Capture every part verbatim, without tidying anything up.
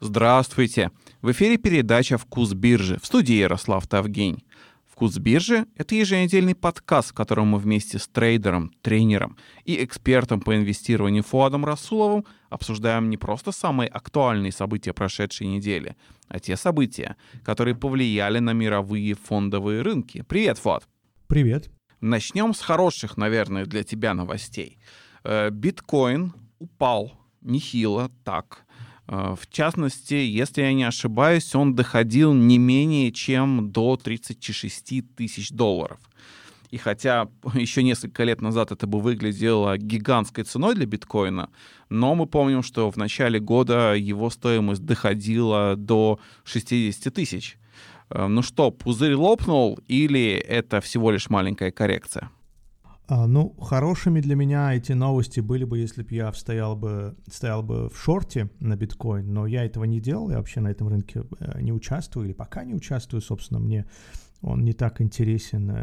Здравствуйте! В эфире передача «Вкус биржи», в студии Ярослав Тавгень. «Вкус биржи» — это еженедельный подкаст, в котором мы вместе с трейдером, тренером и экспертом по инвестированию Фуадом Расуловым обсуждаем не просто самые актуальные события прошедшей недели, а те события, которые повлияли на мировые фондовые рынки. Привет, Фуад! Привет! Начнем с хороших, наверное, для тебя новостей. Биткоин упал нехило так. В частности, если я не ошибаюсь, он доходил не менее чем до тридцати шести тысяч долларов. И хотя еще несколько лет назад это бы выглядело гигантской ценой для биткоина, но мы помним, что в начале года его стоимость доходила до шестидесяти тысяч. Ну что, пузырь лопнул или это всего лишь маленькая коррекция? А, ну, хорошими для меня эти новости были бы, если бы я стоял бы, стоял бы в шорте на биткоин, но я этого не делал, я вообще на этом рынке не участвую, или пока не участвую, собственно, мне он не так интересен,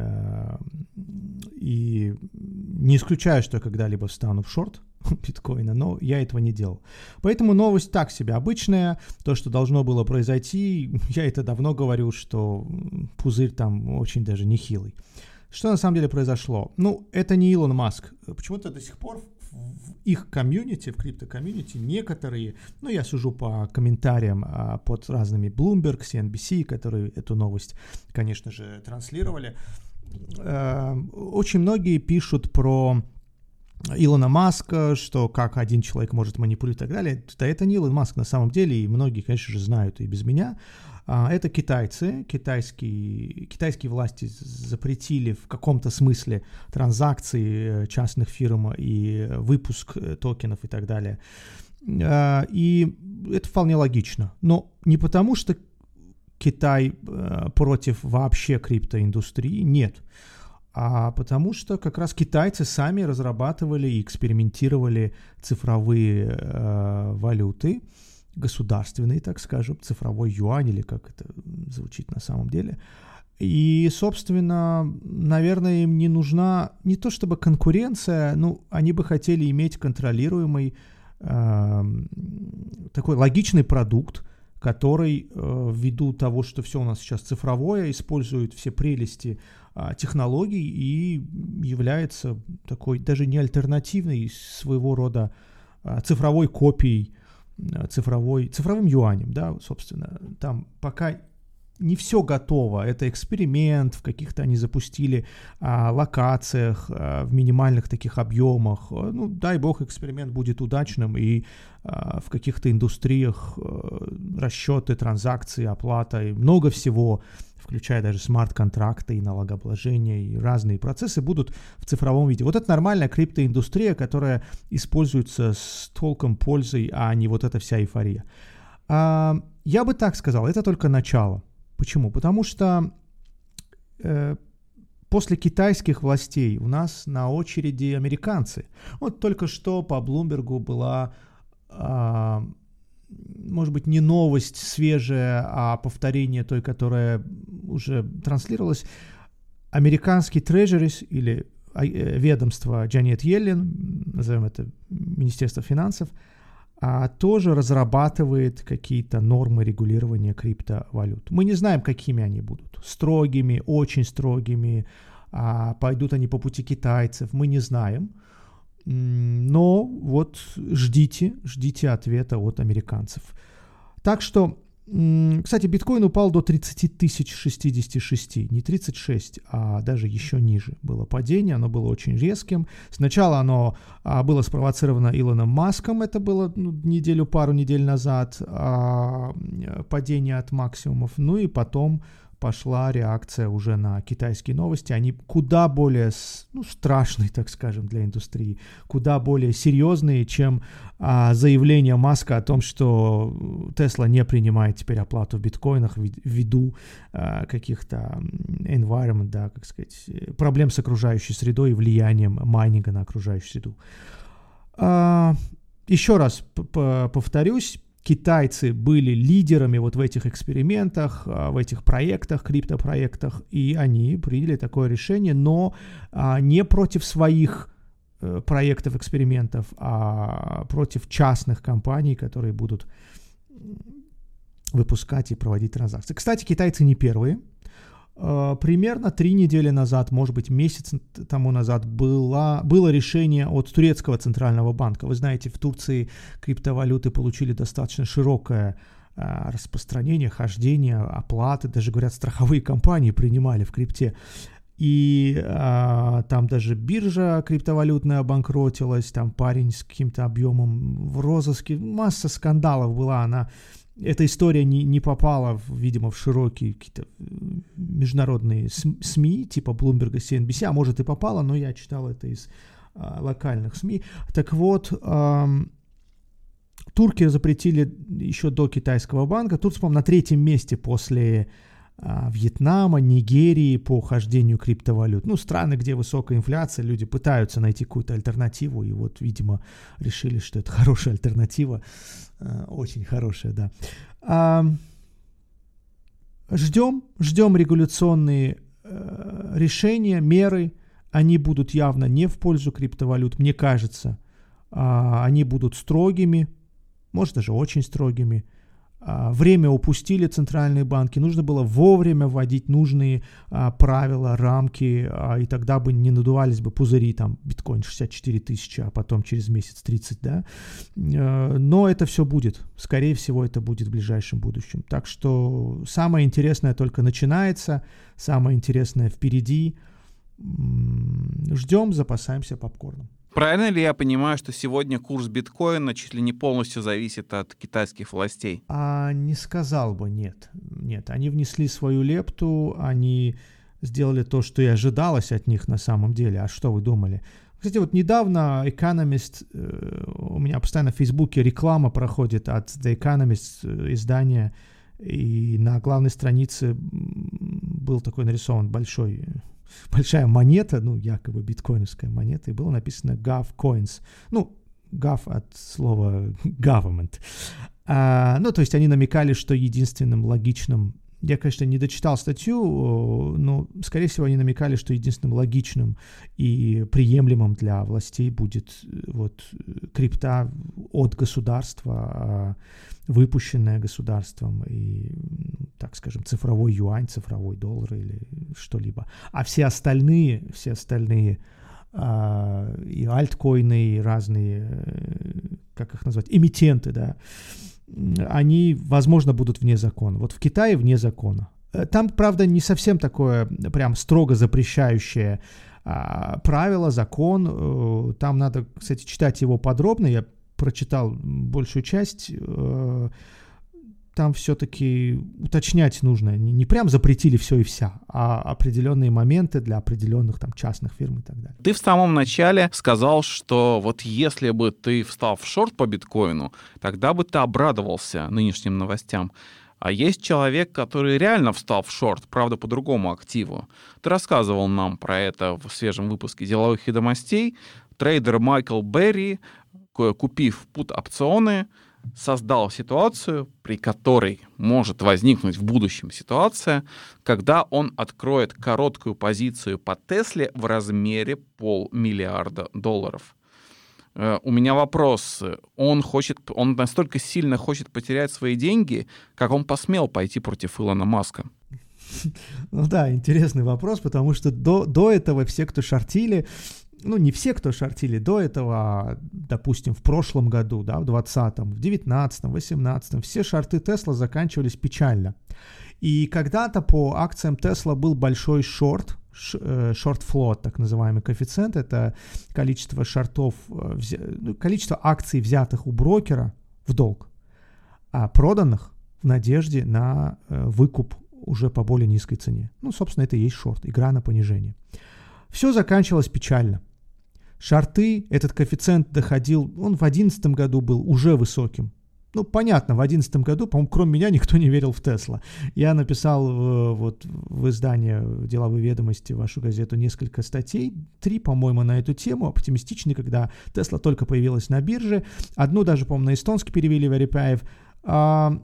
и не исключаю, что я когда-либо встану в шорт биткоина, но я этого не делал. Поэтому новость так себе обычная, то, что должно было произойти, я это давно говорю, что пузырь там очень даже нехилый. Что на самом деле произошло? Ну, это не Илон Маск. Почему-то до сих пор в их комьюнити, в крипто-комьюнити некоторые, ну, я сужу по комментариям а, под разными Bloomberg, си эн би си, которые эту новость, конечно же, транслировали, э, очень многие пишут про Илона Маска, что как один человек может манипулировать и так далее. Да это не Илон Маск на самом деле, и многие, конечно же, знают и без меня. Это китайцы, китайские, китайские власти запретили в каком-то смысле транзакции частных фирм и выпуск токенов и так далее. И это вполне логично. Но не потому, что Китай против вообще криптоиндустрии, нет. А потому что как раз китайцы сами разрабатывали и экспериментировали цифровые э, валюты, государственный, так скажем, цифровой юань, или как это звучит на самом деле. И, собственно, наверное, им не нужна не то чтобы конкуренция, ну, они бы хотели иметь контролируемый э, такой логичный продукт, который э, ввиду того, что все у нас сейчас цифровое, использует все прелести э, технологий и является такой даже не альтернативной, своего рода э, цифровой копией цифровой, цифровым юанем, да, собственно, там пока не все готово, это эксперимент, в каких-то они запустили а, локациях, а, в минимальных таких объемах, ну, дай бог, эксперимент будет удачным, и а, в каких-то индустриях а, расчеты, транзакции, оплата, и много всего, включая даже смарт-контракты и налогообложение, и разные процессы будут в цифровом виде. Вот это нормальная криптоиндустрия, которая используется с толком, пользой, а не вот эта вся эйфория. А, я бы так сказал, это только начало. Почему? Потому что э, после китайских властей у нас на очереди американцы. Вот только что по Блумбергу была, э, может быть, не новость свежая, а повторение той, которая уже транслировалась. Американский трежерис или э, ведомство Джанет Йеллен, назовем это Министерство финансов, а тоже разрабатывает какие-то нормы регулирования криптовалют. Мы не знаем, какими они будут. Строгими, очень строгими, а пойдут они по пути китайцев, мы не знаем. Но вот ждите, ждите ответа от американцев. Так что, кстати, биткоин упал до тридцать тысяч шестьдесят шесть, не тридцать шесть, а даже еще ниже было падение, оно было очень резким. Сначала оно а, было спровоцировано Илоном Маском, это было ну, неделю, пару недель назад, а, падение от максимумов, ну и потом пошла реакция уже на китайские новости, они куда более ну, страшные, так скажем, для индустрии, куда более серьезные, чем а, заявление Маска о том, что Tesla не принимает теперь оплату в биткоинах ввиду а, каких-то environment, да, как сказать, проблем с окружающей средой и влиянием майнинга на окружающую среду. А, еще раз повторюсь, китайцы были лидерами вот в этих экспериментах, в этих проектах, криптопроектах, и они приняли такое решение, но не против своих проектов, экспериментов, а против частных компаний, которые будут выпускать и проводить транзакции. Кстати, китайцы не первые. Примерно три недели назад, может быть, месяц тому назад было, было решение от турецкого центрального банка. Вы знаете, в Турции криптовалюты получили достаточно широкое распространение, хождение, оплаты. Даже, говорят, страховые компании принимали в крипте. И а, там даже биржа криптовалютная обанкротилась, там парень с каким-то объемом в розыске. Масса скандалов была, она... Эта история не, не попала, в, видимо, в широкие какие-то международные СМИ, типа Bloomberg, си эн би си, а может и попала, но я читал это из а, локальных СМИ. Так вот, а, турки запретили еще до китайского банка. Турция, по-моему, на третьем месте после а, Вьетнама, Нигерии по хождению криптовалют. Ну, страны, где высокая инфляция, люди пытаются найти какую-то альтернативу, и вот, видимо, решили, что это хорошая альтернатива. Очень хорошая, да. А, ждем, ждем регуляционные э, решения, меры. Они будут явно не в пользу криптовалют, мне кажется. А, они будут строгими, может даже очень строгими. А, время упустили центральные банки. Нужно было вовремя вводить нужные а, правила, рамки, а, и тогда бы не надувались бы пузыри, там, биткоин шестьдесят четыре тысячи, а потом через месяц тридцать, да. А, но это все будет. Скорее всего, это будет в ближайшем будущем. Так что самое интересное только начинается, самое интересное впереди. Ждем, запасаемся попкорном. Правильно ли я понимаю, что сегодня курс биткоина чуть ли не полностью зависит от китайских властей? А, не сказал бы, нет. Нет, они внесли свою лепту, они сделали то, что и ожидалось от них на самом деле. А что вы думали? Кстати, вот недавно Economist, э, у меня постоянно в Фейсбуке реклама проходит от The Economist издания, и на главной странице был такой нарисован большой... большая монета, ну, якобы биткоиновская монета, и было написано GovCoins. Ну, Gov от слова government. А, ну, то есть они намекали, что единственным логичным... Я, конечно, не дочитал статью, но, скорее всего, они намекали, что единственным логичным и приемлемым для властей будет вот крипта от государства, выпущенная государством, и, так скажем, цифровой юань, цифровой доллар или что-либо. А все остальные, все остальные а, и альткоины, и разные, как их назвать, эмитенты, да, они, возможно, будут вне закона. Вот в Китае вне закона. Там, правда, не совсем такое прям строго запрещающее а, правило, закон. Там надо, кстати, читать его подробно. Я прочитал большую часть. Там все-таки уточнять нужно. Не, не прям запретили все и вся, а определенные моменты для определенных там частных фирм и так далее. Ты в самом начале сказал, что вот если бы ты встал в шорт по биткоину, тогда бы ты обрадовался нынешним новостям. А есть человек, который реально встал в шорт, правда, по другому активу. Ты рассказывал нам про это в свежем выпуске «Деловых ведомостей». Трейдер Майкл Берри, купив пут-опционы, создал ситуацию, при которой может возникнуть в будущем ситуация, когда он откроет короткую позицию по Тесле в размере полмиллиарда долларов. У меня вопрос. Он хочет, он настолько сильно хочет потерять свои деньги, как он посмел пойти против Илона Маска? Ну да, интересный вопрос, потому что до, до этого все, кто шортили, ну, не все, кто шортили до этого, допустим, в прошлом году, да, в двадцатом, в девятнадцатом, восемнадцатом, все шорты Тесла заканчивались печально. И когда-то по акциям Тесла был большой шорт, шорт-флот, так называемый коэффициент, это количество шортов, количество акций, взятых у брокера в долг, а проданных в надежде на выкуп уже по более низкой цене. Ну, собственно, это и есть шорт, игра на понижение. Все заканчивалось печально. Шорты, этот коэффициент доходил, он в две тысячи одиннадцатом году был уже высоким. Ну, понятно, в две тысячи одиннадцатом году, по-моему, кроме меня никто не верил в Тесла. Я написал в, вот, в издание «Деловые ведомости», вашу газету, несколько статей, три, по-моему, на эту тему, оптимистичные, когда Тесла только появилась на бирже. Одну даже, по-моему, на эстонский перевели Верипаев. А,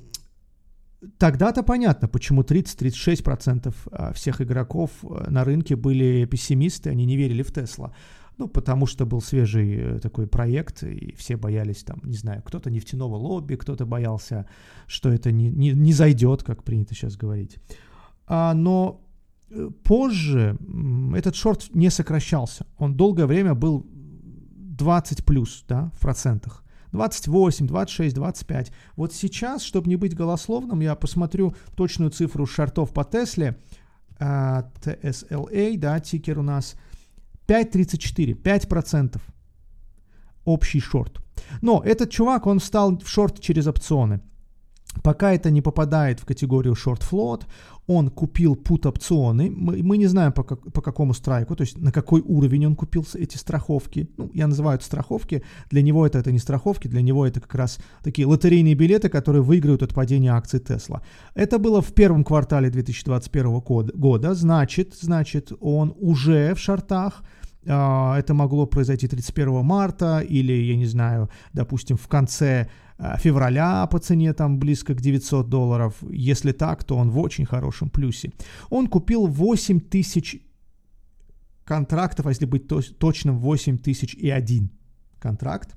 тогда-то понятно, почему тридцать-тридцать шесть процентов всех игроков на рынке были пессимисты, они не верили в Тесла. Ну, потому что был свежий такой проект, и все боялись там, не знаю, кто-то нефтяного лобби, кто-то боялся, что это не, не, не зайдет, как принято сейчас говорить. А, но позже этот шорт не сокращался. Он долгое время был двадцать плюс, да, в процентах. двадцать восемь, двадцать шесть, двадцать пять. Вот сейчас, чтобы не быть голословным, я посмотрю точную цифру шортов по Тесле. ти эс эл эй, да, тикер у нас пять тридцать четыре, пять процентов общий шорт. Но этот чувак, он встал в шорт через опционы. Пока это не попадает в категорию шорт-флот, он купил пут-опционы. Мы, мы не знаем по, как, по какому страйку, то есть на какой уровень он купил эти страховки. Ну, я называю это страховки. Для него это, это не страховки, для него это как раз такие лотерейные билеты, которые выиграют от падения акций Tesla. Это было в первом квартале две тысячи двадцать первого года. Значит, значит, он уже в шортах. Это могло произойти тридцать первого марта или, я не знаю, допустим, в конце февраля по цене там близко к девятьсот долларов. Если так, то он в очень хорошем плюсе. Он купил восемь тысяч контрактов, а если быть точным, восемь тысяч и один контракт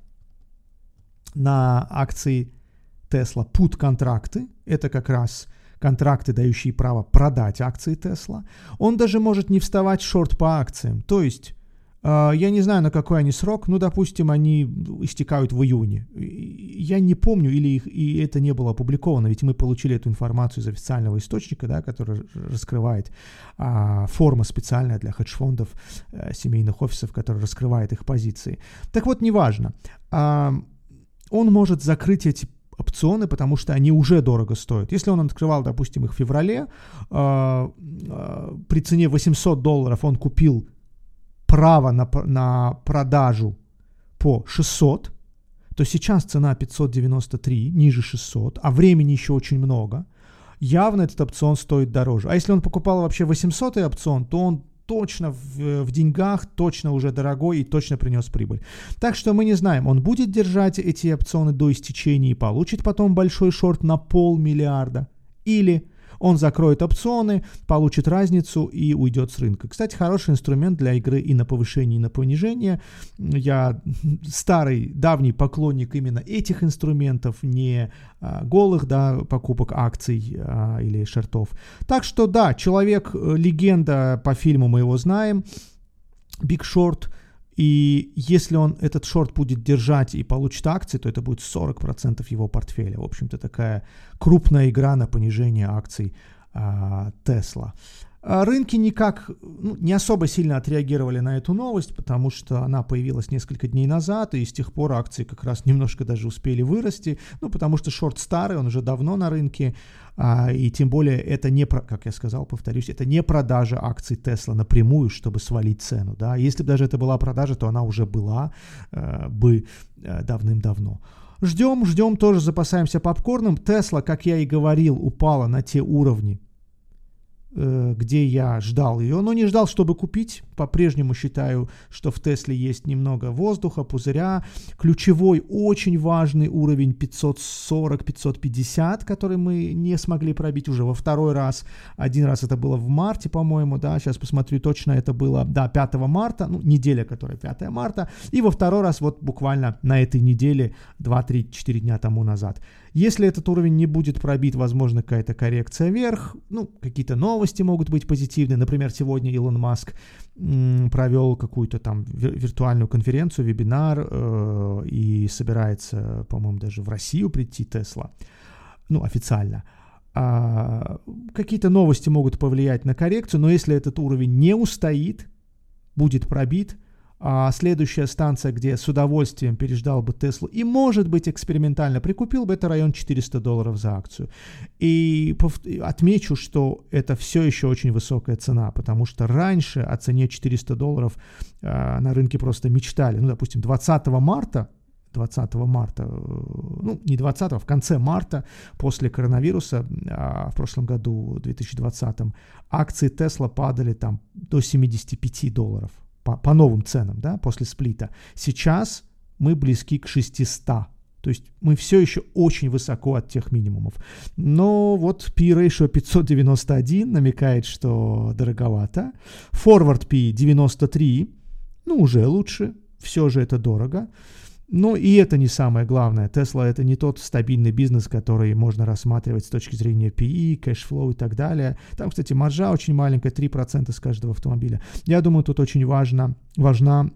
на акции Tesla. Put-контракты — это как раз контракты, дающие право продать акции Tesla. Он даже может не вставать в шорт по акциям. То есть, э, я не знаю, на какой они срок, ну, допустим, они истекают в июне. Я не помню, или их, и это не было опубликовано, ведь мы получили эту информацию из официального источника, да, который раскрывает а, форма специальная для хедж-фондов, а, семейных офисов, который раскрывает их позиции. Так вот, неважно. А, он может закрыть эти опционы, потому что они уже дорого стоят. Если он открывал, допустим, их в феврале, э, э, при цене восемьсот долларов он купил право на, на продажу по шестьсот, то сейчас цена пятьсот девяносто три, ниже шестисот, а времени еще очень много. Явно этот опцион стоит дороже. А если он покупал вообще восемьсотый опцион, то он точно в, в деньгах, точно уже дорогой и точно принес прибыль. Так что мы не знаем, он будет держать эти опционы до истечения и получит потом большой шорт на полмиллиарда, или он закроет опционы, получит разницу и уйдет с рынка. Кстати, хороший инструмент для игры и на повышение, и на понижение. Я старый, давний поклонник именно этих инструментов, не а, голых, да, покупок акций а, или шортов. Так что да, человек, легенда, по фильму мы его знаем, Big Short. И если он этот шорт будет держать и получит акции, то это будет сорок процентов его портфеля. В общем-то, такая крупная игра на понижение акций а, Tesla. А рынки никак, ну, не особо сильно отреагировали на эту новость, потому что она появилась несколько дней назад, и с тех пор акции как раз немножко даже успели вырасти, ну, потому что шорт старый, он уже давно на рынке, а, и тем более это не, как я сказал, повторюсь, это не продажа акций Tesla напрямую, чтобы свалить цену, да, если бы даже это была продажа, то она уже была а, бы а, давным-давно. Ждем, ждем, тоже запасаемся попкорном. Tesla, как я и говорил, упала на те уровни, где я ждал ее, но не ждал, чтобы купить. По-прежнему считаю, что в Тесле есть немного воздуха, пузыря. Ключевой, очень важный уровень пятьсот сорок - пятьсот пятьдесят, который мы не смогли пробить уже во второй раз. Один раз это было в марте, по-моему, да, сейчас посмотрю точно, это было, да, пятого марта, ну, неделя, которая пятого марта, и во второй раз вот буквально на этой неделе, два-три-четыре дня тому назад. Если этот уровень не будет пробит, возможно, какая-то коррекция вверх, ну, какие-то новости могут быть позитивные. Например, сегодня Илон Маск м, провел какую-то там виртуальную конференцию, вебинар, э, и собирается, по-моему, даже в Россию прийти Tesla, ну, официально. А, какие-то новости могут повлиять на коррекцию, но если этот уровень не устоит, будет пробит, а следующая станция, где с удовольствием переждал бы Теслу и, может быть, экспериментально прикупил бы, это район четыреста долларов за акцию. И отмечу, что это все еще очень высокая цена, потому что раньше о цене четыреста долларов а, на рынке просто мечтали. Ну, допустим, двадцатого марта, двадцатого марта, ну, не двадцатого, в конце марта, после коронавируса, а в прошлом году, в две тысячи двадцатом, акции Tesla падали там до семьдесят пять долларов. По, по новым ценам, да, после сплита. Сейчас мы близки к шестистам. То есть мы все еще очень высоко от тех минимумов. Но вот P-ratio пятьсот девяносто один намекает, что дороговато. Forward P девяносто три. ну, уже лучше, все же это дорого. Но и это не самое главное. Tesla — это не тот стабильный бизнес, который можно рассматривать с точки зрения пи и, кэшфлоу и так далее. Там, кстати, маржа очень маленькая, три процента с каждого автомобиля. Я думаю, тут очень важно, важна,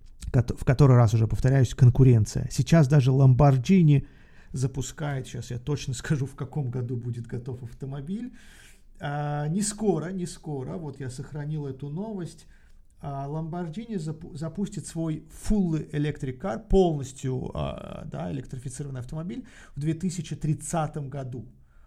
в который раз уже повторяюсь, конкуренция. Сейчас даже Lamborghini запускает, сейчас я точно скажу, в каком году будет готов автомобиль. А, не скоро, не скоро, вот я сохранил эту новость. Lamborghini запу- запустит свой full electric car, полностью uh, да, электрифицированный автомобиль в две тысячи тридцатом году.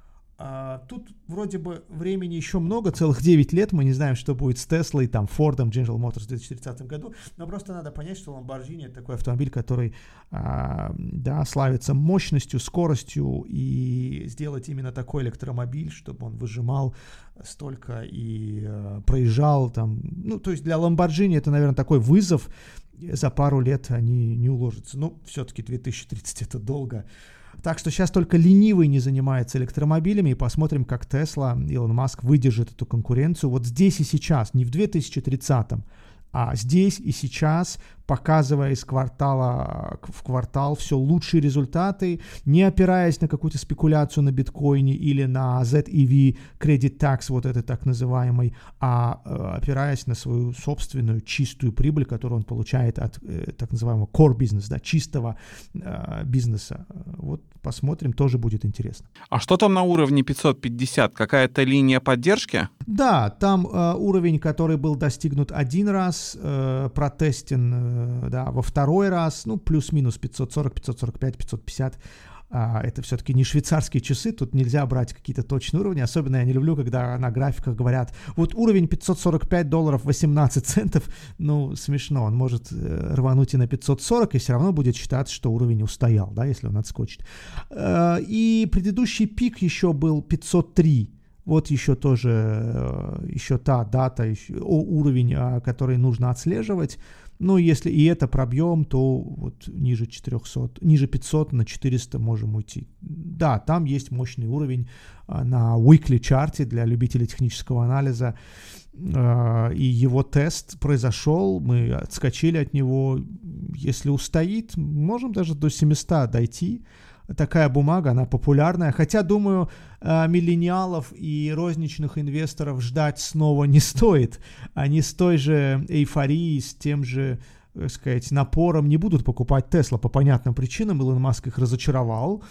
Uh, тут вроде бы времени еще много, целых девять лет, мы не знаем, что будет с Теслой, там, Фордом, General Motors в две тысячи тридцатом году, но просто надо понять, что Lamborghini — это такой автомобиль, который uh, да, славится мощностью, скоростью, и сделать именно такой электромобиль, чтобы он выжимал столько и uh, проезжал там, ну, то есть для Lamborghini это, наверное, такой вызов, за пару лет они не уложатся, ну, все-таки две тысячи тридцатый это долго. Так что сейчас только ленивый не занимается электромобилями, и посмотрим, как Tesla, Илон Маск выдержит эту конкуренцию вот здесь и сейчас, не в две тысячи тридцатом, а здесь и сейчас, показывая из квартала в квартал все лучшие результаты, не опираясь на какую-то спекуляцию на биткоине или на зет и ви Credit Tax, вот это так называемый, а э, опираясь на свою собственную чистую прибыль, которую он получает от э, так называемого core бизнеса, да, чистого э, бизнеса. Вот посмотрим, тоже будет интересно. А что там на уровне пятьсот пятьдесят? Какая-то линия поддержки? Да, там э, уровень, который был достигнут один раз, э, протестен э, да, во второй раз, ну, плюс-минус пятьсот сорок, пятьсот сорок пять, пятьсот пятьдесят. А, это все-таки не швейцарские часы, тут нельзя брать какие-то точные уровни. Особенно я не люблю, когда на графиках говорят, вот уровень пятьсот сорок пять долларов восемнадцать центов. Ну, смешно, он может э, рвануть и на пятьсот сорок, и все равно будет считаться, что уровень устоял, да, если он отскочит. Э, и предыдущий пик еще был пятьсот три. Вот еще тоже, еще та дата, еще, уровень, который нужно отслеживать. Ну, если и это пробьем, то вот ниже четырехсот, ниже пятьсот на четыреста можем уйти. Да, там есть мощный уровень на weekly чарте для любителей технического анализа. И его тест произошел, мы отскочили от него. Если устоит, можем даже до семисот дойти. Такая бумага, она популярная. Хотя, думаю, миллениалов и розничных инвесторов ждать снова не стоит. Они с той же эйфорией, с тем же, так сказать, напором не будут покупать Tesla по понятным причинам. Илон Маск их разочаровал.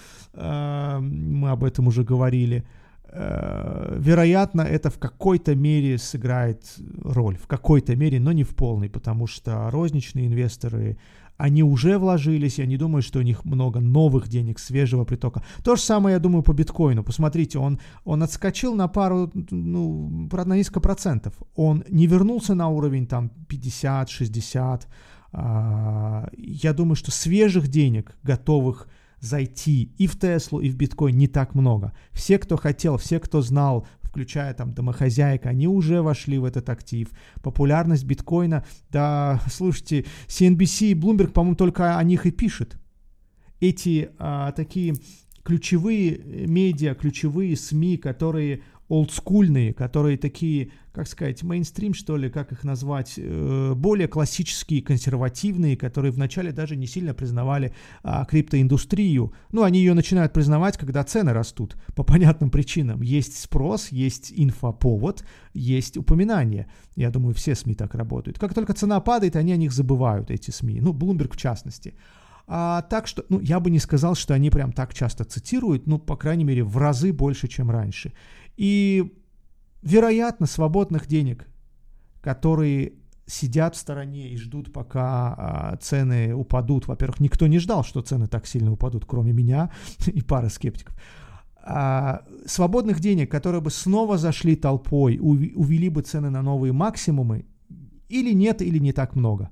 Мы об этом уже говорили. Вероятно, это в какой-то мере сыграет роль. В какой-то мере, но не в полной. Потому что розничные инвесторы... Они уже вложились, я не думаю, что у них много новых денег, свежего притока. То же самое, я думаю, по биткоину. Посмотрите, он, он отскочил на пару, ну, на несколько процентов. Он не вернулся на уровень там пятьдесят, шестьдесят. А, я думаю, что свежих денег, готовых зайти и в Теслу, и в биткоин не так много. Все, кто хотел, все, кто знал, включая там домохозяек, они уже вошли в этот актив. Популярность биткоина, да, слушайте, си эн би си и Bloomberg, по-моему, только о них и пишет. Эти а, такие ключевые медиа, ключевые СМИ, которые олдскульные, которые такие, как сказать, мейнстрим, что ли, как их назвать, э, более классические, консервативные, которые вначале даже не сильно признавали а, криптоиндустрию. Ну, они ее начинают признавать, когда цены растут, по понятным причинам. Есть спрос, есть инфоповод, есть упоминание. Я думаю, все СМИ так работают. Как только цена падает, они о них забывают, эти СМИ. Ну, Bloomberg в частности. А, так что, ну, я бы не сказал, что они прям так часто цитируют, ну, по крайней мере, в разы больше, чем раньше. И, вероятно, свободных денег, которые сидят в стороне и ждут, пока а, цены упадут. Во-первых, никто не ждал, что цены так сильно упадут, кроме меня и пары скептиков. А, свободных денег, которые бы снова зашли толпой, ув- увели бы цены на новые максимумы, или нет, или не так много.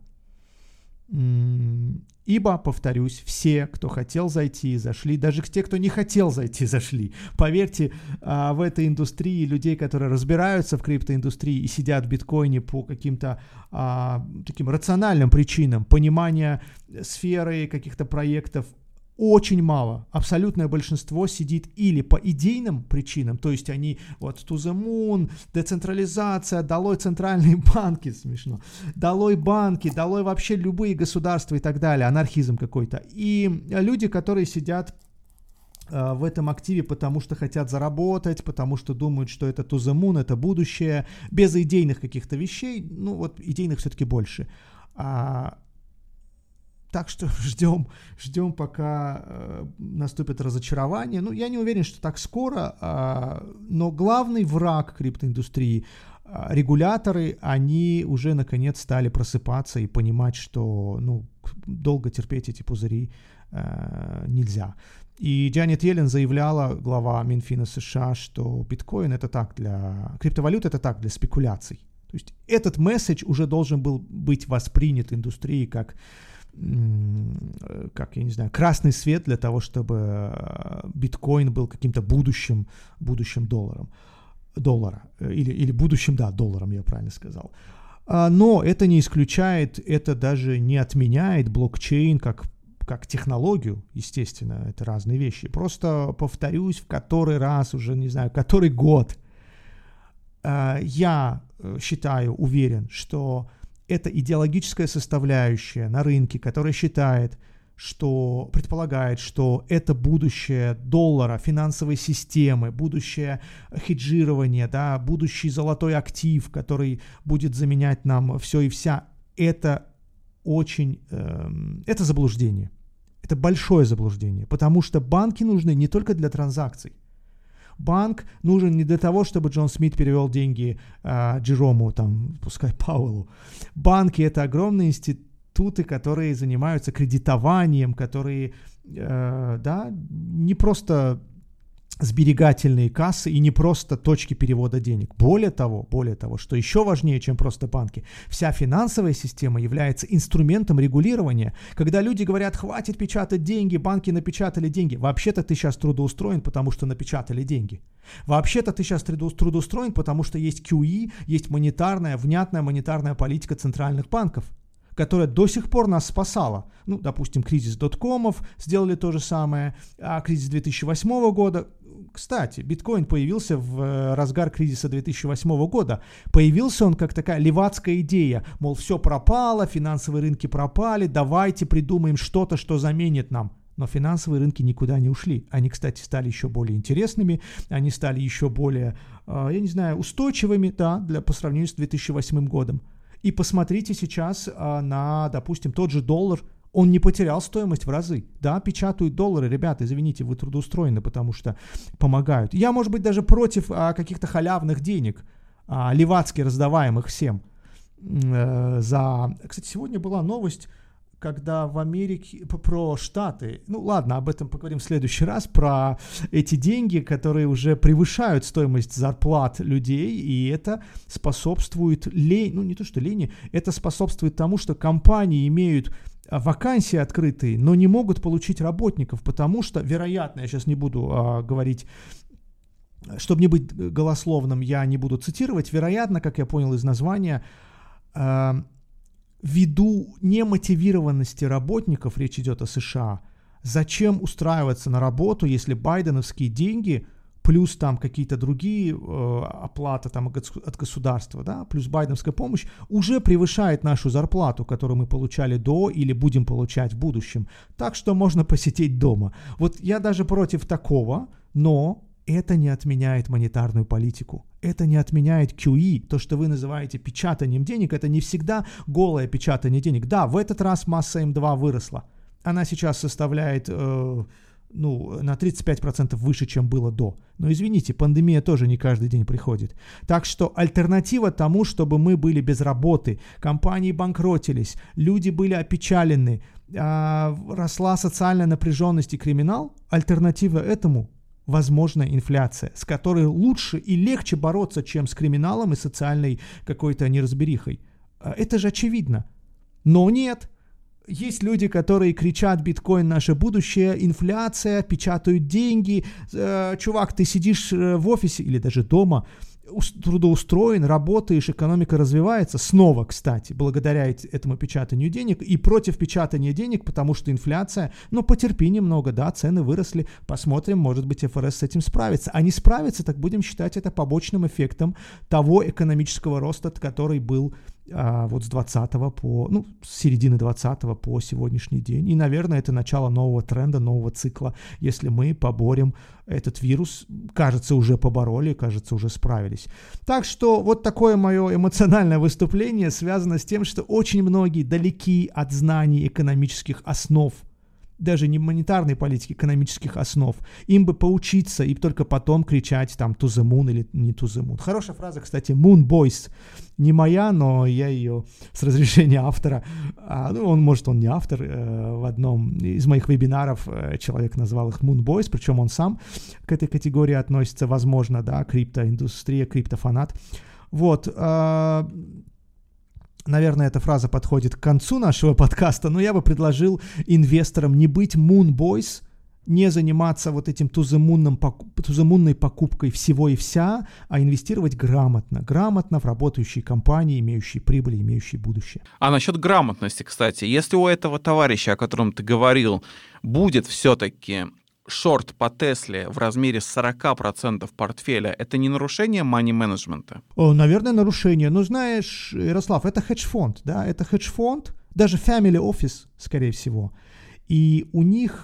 Ибо, повторюсь, все, кто хотел зайти, зашли, даже те, кто не хотел зайти, зашли. Поверьте, в этой индустрии людей, которые разбираются в криптоиндустрии и сидят в биткоине по каким-то а, таким рациональным причинам, понимания сферы каких-то проектов, очень мало. Абсолютное большинство сидит или по идейным причинам, то есть они вот to the moon, децентрализация, долой центральные банки, смешно, долой банки, долой вообще любые государства и так далее, анархизм какой-то. И люди, которые сидят э, в этом активе, потому что хотят заработать, потому что думают, что это to the moon, это будущее, без идейных каких-то вещей, ну вот идейных все-таки больше. А Так что ждем, ждем, пока э, наступит разочарование. Ну, я не уверен, что так скоро, э, но главный враг криптоиндустрии, э, регуляторы, они уже наконец стали просыпаться и понимать, что ну, долго терпеть эти пузыри э, нельзя. И Джанет Йеллен заявляла, глава Минфина США, что биткоин это так для... криптовалюта это так для спекуляций. То есть этот месседж уже должен был быть воспринят индустрией как... как, я не знаю, красный свет для того, чтобы биткоин был каким-то будущим, будущим долларом, доллара, или, или будущим, да, долларом, я правильно сказал. Но это не исключает, это даже не отменяет блокчейн как, как технологию, естественно, это разные вещи. Просто повторюсь в который раз, уже не знаю, который год, я считаю, уверен, что это идеологическая составляющая на рынке, которая считает, что предполагает, что это будущее доллара, финансовой системы, будущее хеджирования, да, будущий золотой актив, который будет заменять нам все и вся. Это очень, э, это заблуждение. Это большое заблуждение, потому что банки нужны не только для транзакций. Банк нужен не для того, чтобы Джон Смит перевел деньги э, Джерому, там, пускай Пауэллу. Банки — это огромные институты, которые занимаются кредитованием, которые, э, да, не просто сберегательные кассы и не просто точки перевода денег. Более того, более того, что еще важнее, чем просто банки, вся финансовая система является инструментом регулирования. Когда люди говорят, хватит печатать деньги, банки напечатали деньги, вообще-то ты сейчас трудоустроен, потому что напечатали деньги. Вообще-то ты сейчас трудоустроен, потому что есть кью и, есть монетарная, внятная монетарная политика центральных банков, которая до сих пор нас спасала. Ну, допустим, кризис доткомов сделали то же самое, а кризис две тысячи восьмого года. Кстати, биткоин появился в разгар кризиса две тысячи восьмого года. Появился он как такая левацкая идея, мол, все пропало, финансовые рынки пропали, давайте придумаем что-то, что заменит нам. Но финансовые рынки никуда не ушли. Они, кстати, стали еще более интересными, они стали еще более, я не знаю, устойчивыми, да, для, по сравнению с две тысячи восьмым годом. И посмотрите сейчас на, допустим, тот же доллар. Он не потерял стоимость в разы. Да, печатают доллары. Ребята, извините, вы трудоустроены, потому что помогают. Я, может быть, даже против а, каких-то халявных денег, а, левацки раздаваемых всем. Э, за... Кстати, сегодня была новость, когда в Америке, про Штаты, ну ладно, об этом поговорим в следующий раз, про эти деньги, которые уже превышают стоимость зарплат людей, и это способствует лени, ну не то что лени, это способствует тому, что компании имеют вакансии открытые, но не могут получить работников, потому что, вероятно, я сейчас не буду а, говорить, чтобы не быть голословным, я не буду цитировать, вероятно, как я понял из названия, а, ввиду немотивированности работников, речь идет о США, зачем устраиваться на работу, если байденовские деньги плюс там какие-то другие э, оплаты там от государства, да, плюс байденовская помощь уже превышает нашу зарплату, которую мы получали до или будем получать в будущем. Так что можно посидеть дома. Вот я даже против такого, но это не отменяет монетарную политику. Это не отменяет кью и. То, что вы называете печатанием денег, это не всегда голое печатание денег. Да, в этот раз масса эм два выросла. Она сейчас составляет... Э, ну, на тридцать пять процентов выше, чем было до. Но извините, пандемия тоже не каждый день приходит. Так что альтернатива тому, чтобы мы были без работы, компании банкротились, люди были опечалены, а, росла социальная напряженность и криминал, альтернатива этому – возможная инфляция, с которой лучше и легче бороться, чем с криминалом и социальной какой-то неразберихой. Это же очевидно. Но нет. Есть люди, которые кричат: биткоин наше будущее, инфляция, печатают деньги. Э, чувак, ты сидишь в офисе или даже дома, трудоустроен, работаешь, экономика развивается, снова, кстати, благодаря этому печатанию денег и против печатания денег, потому что инфляция, ну, потерпи немного, да, цены выросли, посмотрим, может быть, эф эр эс с этим справится. А не справится, так будем считать это побочным эффектом того экономического роста, который был а, вот с двадцатого по, ну, с середины двадцатого по сегодняшний день. И, наверное, это начало нового тренда, нового цикла, если мы поборем этот вирус. Кажется, уже побороли, кажется, уже справились. Так что вот такое мое эмоциональное выступление связано с тем, что очень многие далеки от знаний экономических основ, даже не монетарной политики, экономических основ. Им бы поучиться и только потом кричать там to the moon или не to the moon. Хорошая фраза, кстати, Moon Boys. Не моя, но я ее с разрешения автора, а, ну, он, может, он не автор, э, в одном из моих вебинаров э, человек назвал их Moon Boys, причем он сам к этой категории относится, возможно, да, криптоиндустрия, криптофанат. Вот, э, наверное, эта фраза подходит к концу нашего подкаста, но я бы предложил инвесторам не быть Moon Boys, не заниматься вот этим туземунной покупкой всего и вся, а инвестировать грамотно, грамотно в работающие компании, имеющие прибыль, имеющие будущее. А насчет грамотности, кстати, если у этого товарища, о котором ты говорил, будет все-таки шорт по Тесле в размере сорок процентов портфеля, это не нарушение мани-менеджмента? Наверное, нарушение. Но знаешь, Ярослав, это хедж-фонд, да, это хедж-фонд, даже family office, скорее всего. И у них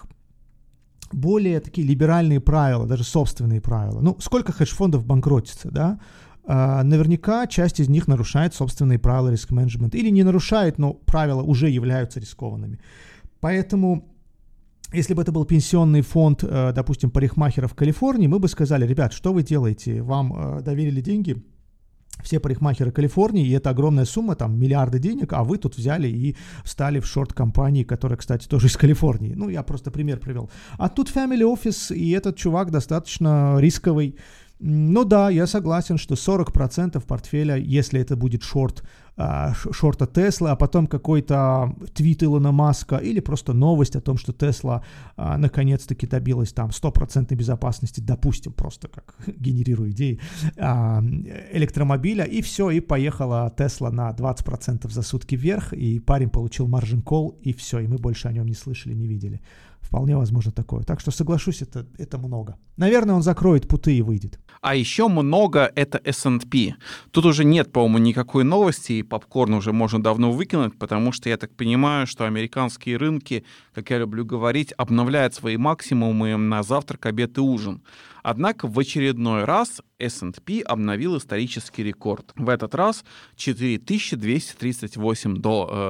более такие либеральные правила, даже собственные правила. Ну, сколько хедж-фондов банкротится, да? А, наверняка часть из них нарушает собственные правила риск-менеджмента. Или не нарушает, но правила уже являются рискованными. Поэтому, если бы это был пенсионный фонд, допустим, парикмахеров в Калифорнии, мы бы сказали: ребят, что вы делаете? Вам доверили деньги все парикмахеры Калифорнии, и это огромная сумма, там, миллиарды денег, а вы тут взяли и встали в шорт-компании, которая, кстати, тоже из Калифорнии. Ну, я просто пример привел. А тут family office, и этот чувак достаточно рисковый. Ну да, я согласен, что сорок процентов портфеля, если это будет шорт, шорта Тесла, а потом какой-то твит Илона Маска или просто новость о том, что Тесла а, наконец-таки добилась там стопроцентной безопасности, допустим, просто как генерирую идеи, а, электромобиля, и все, и поехала Тесла на двадцать процентов за сутки вверх, и парень получил маржин колл, и все, и мы больше о нем не слышали, не видели. Вполне возможно такое. Так что соглашусь, это, это много. Наверное, он закроет путы и выйдет. А еще много — это эс энд пи. Тут уже нет, по-моему, никакой новости, и попкорн уже можно давно выкинуть, потому что я так понимаю, что американские рынки, как я люблю говорить, обновляют свои максимумы на завтрак, обед и ужин. Однако в очередной раз эс энд пи обновил исторический рекорд. В этот раз четыре тысячи двести тридцать восемь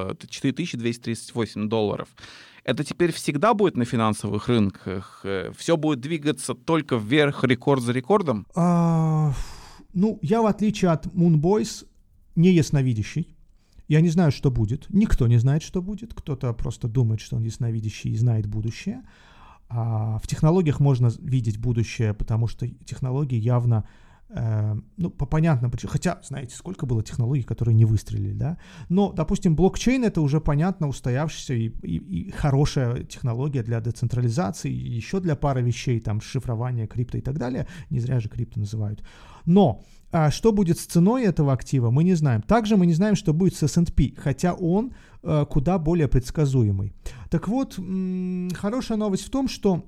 долларов. Это теперь всегда будет на финансовых рынках? Все будет двигаться только вверх, рекорд за рекордом? А, ну, я, в отличие от Moon Boys, не ясновидящий. Я не знаю, что будет. Никто не знает, что будет. Кто-то просто думает, что он ясновидящий и знает будущее. А в технологиях можно видеть будущее, потому что технологии явно... ну, по понятным причинам, хотя, знаете, сколько было технологий, которые не выстрелили, да, но, допустим, блокчейн — это уже, понятно, устоявшаяся и, и, и хорошая технология для децентрализации, и еще для пары вещей, там, шифрования, крипто и так далее, не зря же крипто называют, но а что будет с ценой этого актива, мы не знаем. Также мы не знаем, что будет с эс энд пи, хотя он а, куда более предсказуемый. Так вот, м- хорошая новость в том, что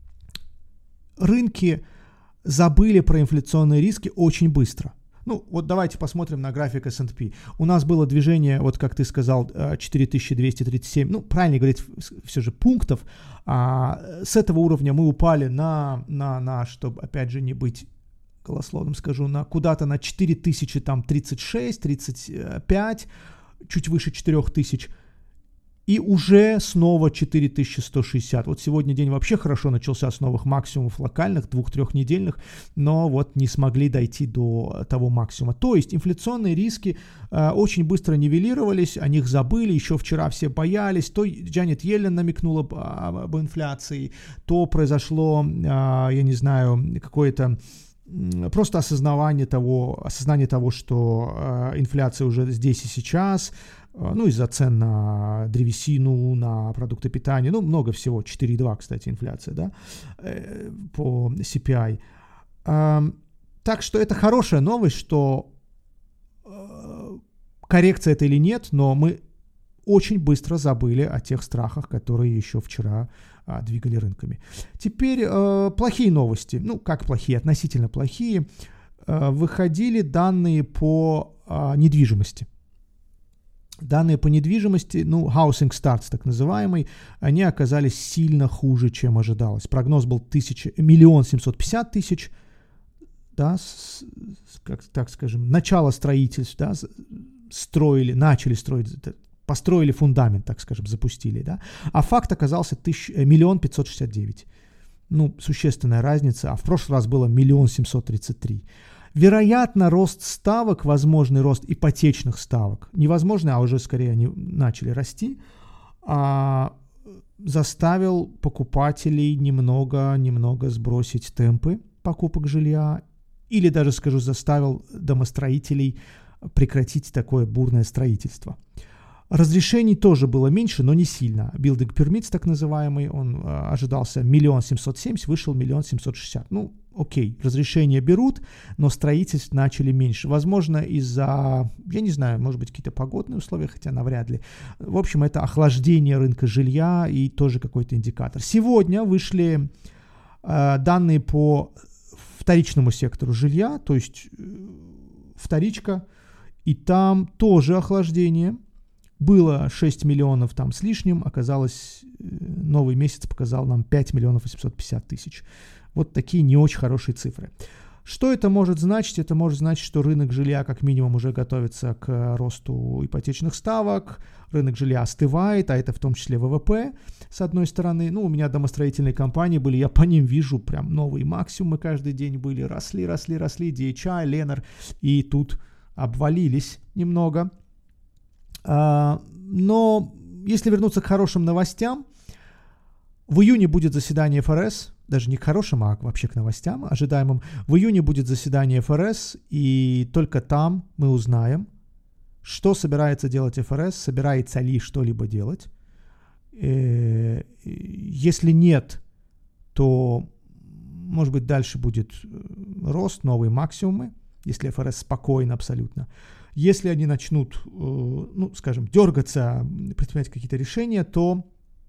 рынки забыли про инфляционные риски очень быстро. Ну, вот давайте посмотрим на график эс энд пи. У нас было движение, вот как ты сказал, четыре тысячи двести тридцать семь, ну, правильно говорить, все же пунктов. А с этого уровня мы упали на, на, на, чтобы, опять же, не быть голословным, скажу, на куда-то на четыре тысячи тридцать шесть, тридцать пять, чуть выше четыре тысячи. И уже снова четыре тысячи сто шестьдесят. Вот сегодня день вообще хорошо начался с новых максимумов локальных, двух-трехнедельных, но вот не смогли дойти до того максимума. То есть инфляционные риски э, очень быстро нивелировались, о них забыли, еще вчера все боялись. То Джанет Йеллен намекнула об, об инфляции, то произошло, э, я не знаю, какое-то просто осознавание того, осознание того, что э, инфляция уже здесь и сейчас, э, ну, из-за цен на древесину, на продукты питания, ну, много всего, четыре целых две десятых, кстати, инфляция, да, э, по си пи ай. Э, так что это хорошая новость, что э, коррекция это или нет, но мы очень быстро забыли о тех страхах, которые еще вчера а, двигали рынками. Теперь э, плохие новости. Ну, как плохие? Относительно плохие. Э, выходили данные по э, недвижимости. Данные по недвижимости, ну, housing starts, так называемый, они оказались сильно хуже, чем ожидалось. Прогноз был миллион семьсот пятьдесят тысяч, да, с, как, так скажем, начало строительств, да, строили, начали строить, построили фундамент, так скажем, запустили, да, а факт оказался миллион пятьсот шестьдесят девять. Ну, существенная разница, а в прошлый раз было миллион семьсот тридцать три. Вероятно, рост ставок, возможный рост ипотечных ставок, невозможно, а уже скорее они начали расти, а, заставил покупателей немного, немного сбросить темпы покупок жилья, или даже, скажу, заставил домостроителей прекратить такое бурное строительство. Разрешений тоже было меньше, но не сильно. Building permits, так называемый, он э, ожидался миллион семьсот семьдесят, вышел миллион семьсот шестьдесят. Ну, окей, разрешения берут, но строительств начали меньше. Возможно, из-за, я не знаю, может быть, какие-то погодные условия, хотя навряд ли. В общем, это охлаждение рынка жилья и тоже какой-то индикатор. Сегодня вышли э, данные по вторичному сектору жилья, то есть э, вторичка, и там тоже охлаждение. Было шесть миллионов там с лишним, оказалось, новый месяц показал нам пять миллионов восемьсот пятьдесят тысяч. Вот такие не очень хорошие цифры. Что это может значить? Это может значить, что рынок жилья как минимум уже готовится к росту ипотечных ставок, рынок жилья остывает, а это в том числе ВВП, с одной стороны. Ну, у меня домостроительные компании были, я по ним вижу прям новые максимумы каждый день были, росли, росли, росли, ди эйч ай, Ленар, и тут обвалились немного. Но если вернуться к хорошим новостям, в июне будет заседание эф эр эс, даже не к хорошим, а вообще к новостям ожидаемым. В июне будет заседание эф эр эс, и только там мы узнаем, что собирается делать эф эр эс, собирается ли что-либо делать. Если нет, то, может быть, дальше будет рост, новые максимумы, если эф эр эс спокойно абсолютно. Если они начнут, ну, скажем, дергаться, предпринимать какие-то решения, то,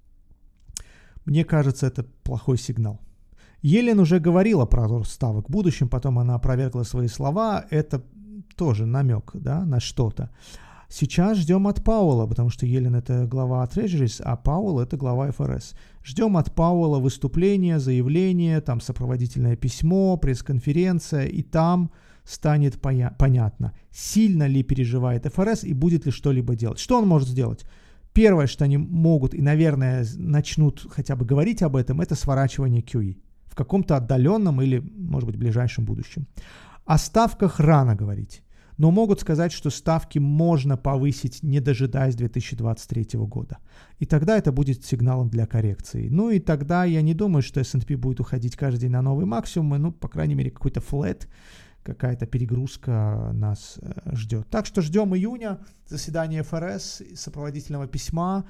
мне кажется, это плохой сигнал. Йеллен уже говорила про рост ставок в будущем, потом она опровергла свои слова, это тоже намек, да, на что-то. Сейчас ждем от Пауэлла, потому что Йеллен это глава Treasuries, а Пауэлл это глава эф эр эс. Ждем от Пауэлла выступления, заявления, там сопроводительное письмо, пресс-конференция, и там станет поя- понятно, сильно ли переживает эф эр эс и будет ли что-либо делать. Что он может сделать? Первое, что они могут и, наверное, начнут хотя бы говорить об этом, это сворачивание кью и в каком-то отдаленном или, может быть, ближайшем будущем. О ставках рано говорить, но могут сказать, что ставки можно повысить, не дожидаясь две тысячи двадцать третьего года. И тогда это будет сигналом для коррекции. Ну и тогда я не думаю, что эс энд пи будет уходить каждый день на новые максимумы, ну, по крайней мере, какой-то флэт, какая-то перегрузка нас э, ждет. Так что ждем июня, заседание эф эр эс, сопроводительного письма,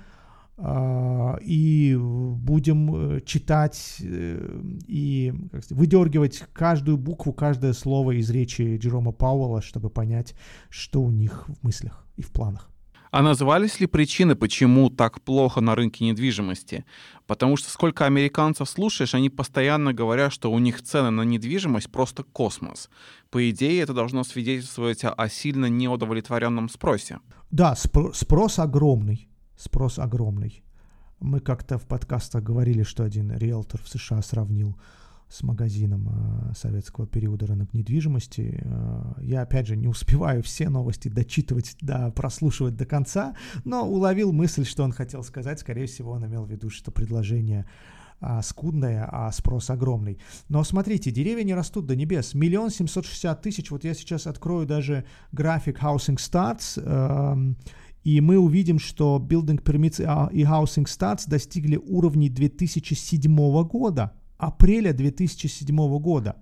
э, и будем читать э, и как сказать, выдергивать каждую букву, каждое слово из речи Джерома Пауэлла, чтобы понять, что у них в мыслях и в планах. А назывались ли причины, почему так плохо на рынке недвижимости? Потому что сколько американцев слушаешь, они постоянно говорят, что у них цены на недвижимость просто космос. По идее, это должно свидетельствовать о сильно неудовлетворенном спросе. Да, спро- спрос огромный. Спрос огромный. Мы как-то в подкастах говорили, что один риэлтор в США сравнил с магазином э, советского периода рынок недвижимости. Э, я, опять же, не успеваю все новости дочитывать, да, прослушивать до конца, но уловил мысль, что он хотел сказать. Скорее всего, он имел в виду, что предложение э, скудное, а спрос огромный. Но смотрите, деревья не растут до небес. Миллион семьсот шестьдесят тысяч. Вот я сейчас открою даже график Housing Starts, э, и мы увидим, что Building Permits и Housing Starts достигли уровней две тысячи седьмого года. Апреля две тысячи седьмого года.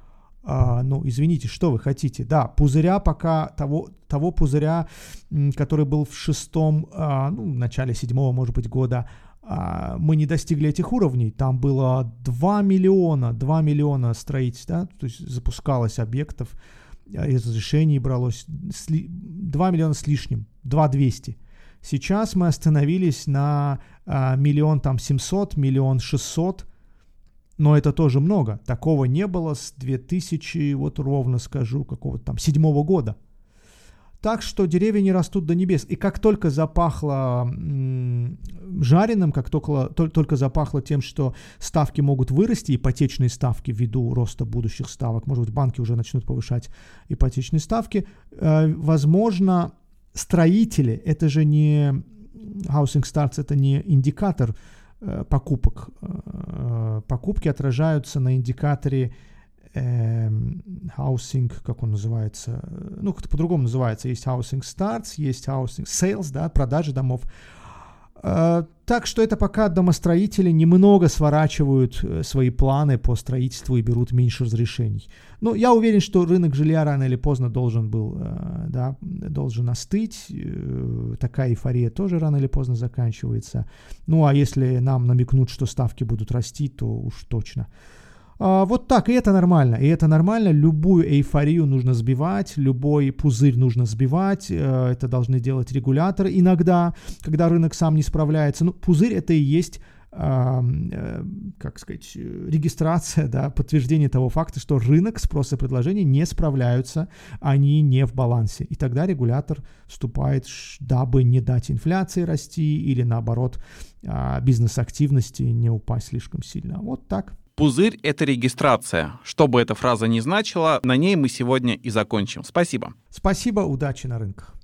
А, ну, извините, что вы хотите? Да, пузыря пока, того, того пузыря, который был в шестом, а, ну, в начале седьмого, может быть, года, мы не достигли этих уровней. Там было два миллиона, два миллиона строительств, да, то есть запускалось объектов, разрешений бралось два миллиона с лишним, два двести. Сейчас мы остановились на а, миллион там семьсот, миллион шестьсот, но это тоже много. Такого не было с две тысячи, вот ровно скажу, какого-то там седьмого года. Так что деревья не растут до небес. И как только запахло м- жареным, как только, то, только запахло тем, что ставки могут вырасти, ипотечные ставки ввиду роста будущих ставок, может быть, банки уже начнут повышать ипотечные ставки, э, возможно, строители, это же не Housing Starts, это не индикатор э, покупок. Э, покупки отражаются на индикаторе housing, как он называется, ну, как-то по-другому называется, есть housing starts, есть housing sales, да, продажи домов. Так что это пока домостроители немного сворачивают свои планы по строительству и берут меньше разрешений. Но я уверен, что рынок жилья рано или поздно должен был, да, должен остыть. Такая эйфория тоже рано или поздно заканчивается. Ну, а если нам намекнут, что ставки будут расти, то уж точно. Вот так, и это нормально, и это нормально, любую эйфорию нужно сбивать, любой пузырь нужно сбивать, это должны делать регуляторы иногда, когда рынок сам не справляется. Ну, пузырь это и есть, как сказать, регистрация, да, подтверждение того факта, что рынок спроса и предложения не справляются, они не в балансе, и тогда регулятор вступает, дабы не дать инфляции расти или наоборот бизнес-активности не упасть слишком сильно. Вот так. Пузырь — это регистрация. Что бы эта фраза ни значила, на ней мы сегодня и закончим. Спасибо. Спасибо, удачи на рынках.